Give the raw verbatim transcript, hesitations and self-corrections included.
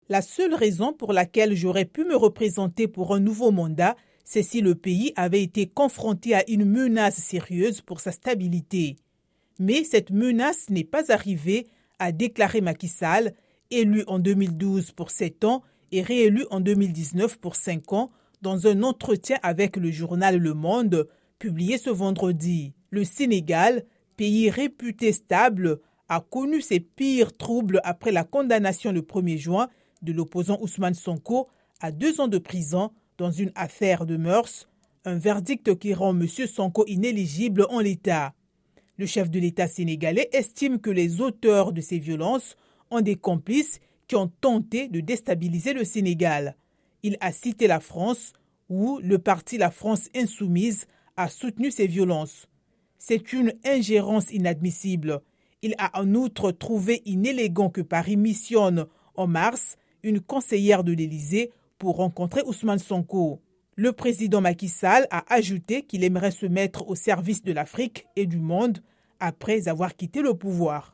La seule raison pour laquelle j'aurais pu me représenter pour un nouveau mandat, c'est si le pays avait été confronté à une menace sérieuse pour sa stabilité. Mais cette menace n'est pas arrivée, a déclaré Macky Sall, élu en deux mille douze pour sept ans et réélu en deux mille dix-neuf pour cinq ans, dans un entretien avec le journal Le Monde, publié ce vendredi. Le Sénégal, pays réputé stable, a connu ses pires troubles après la condamnation le premier juin de l'opposant Ousmane Sonko à deux ans de prison dans une affaire de mœurs, un verdict qui rend M. Sonko inéligible en l'état. Le chef de l'État sénégalais estime que les auteurs de ces violences ont des complices qui ont tenté de déstabiliser le Sénégal. Il a cité la France, où le parti La France Insoumise a soutenu ces violences. C'est une ingérence inadmissible. Il a en outre trouvé inélégant que Paris missionne en mars une conseillère de l'Élysée pour rencontrer Ousmane Sonko. Le président Macky Sall a ajouté qu'il aimerait se mettre au service de l'Afrique et du monde après avoir quitté le pouvoir.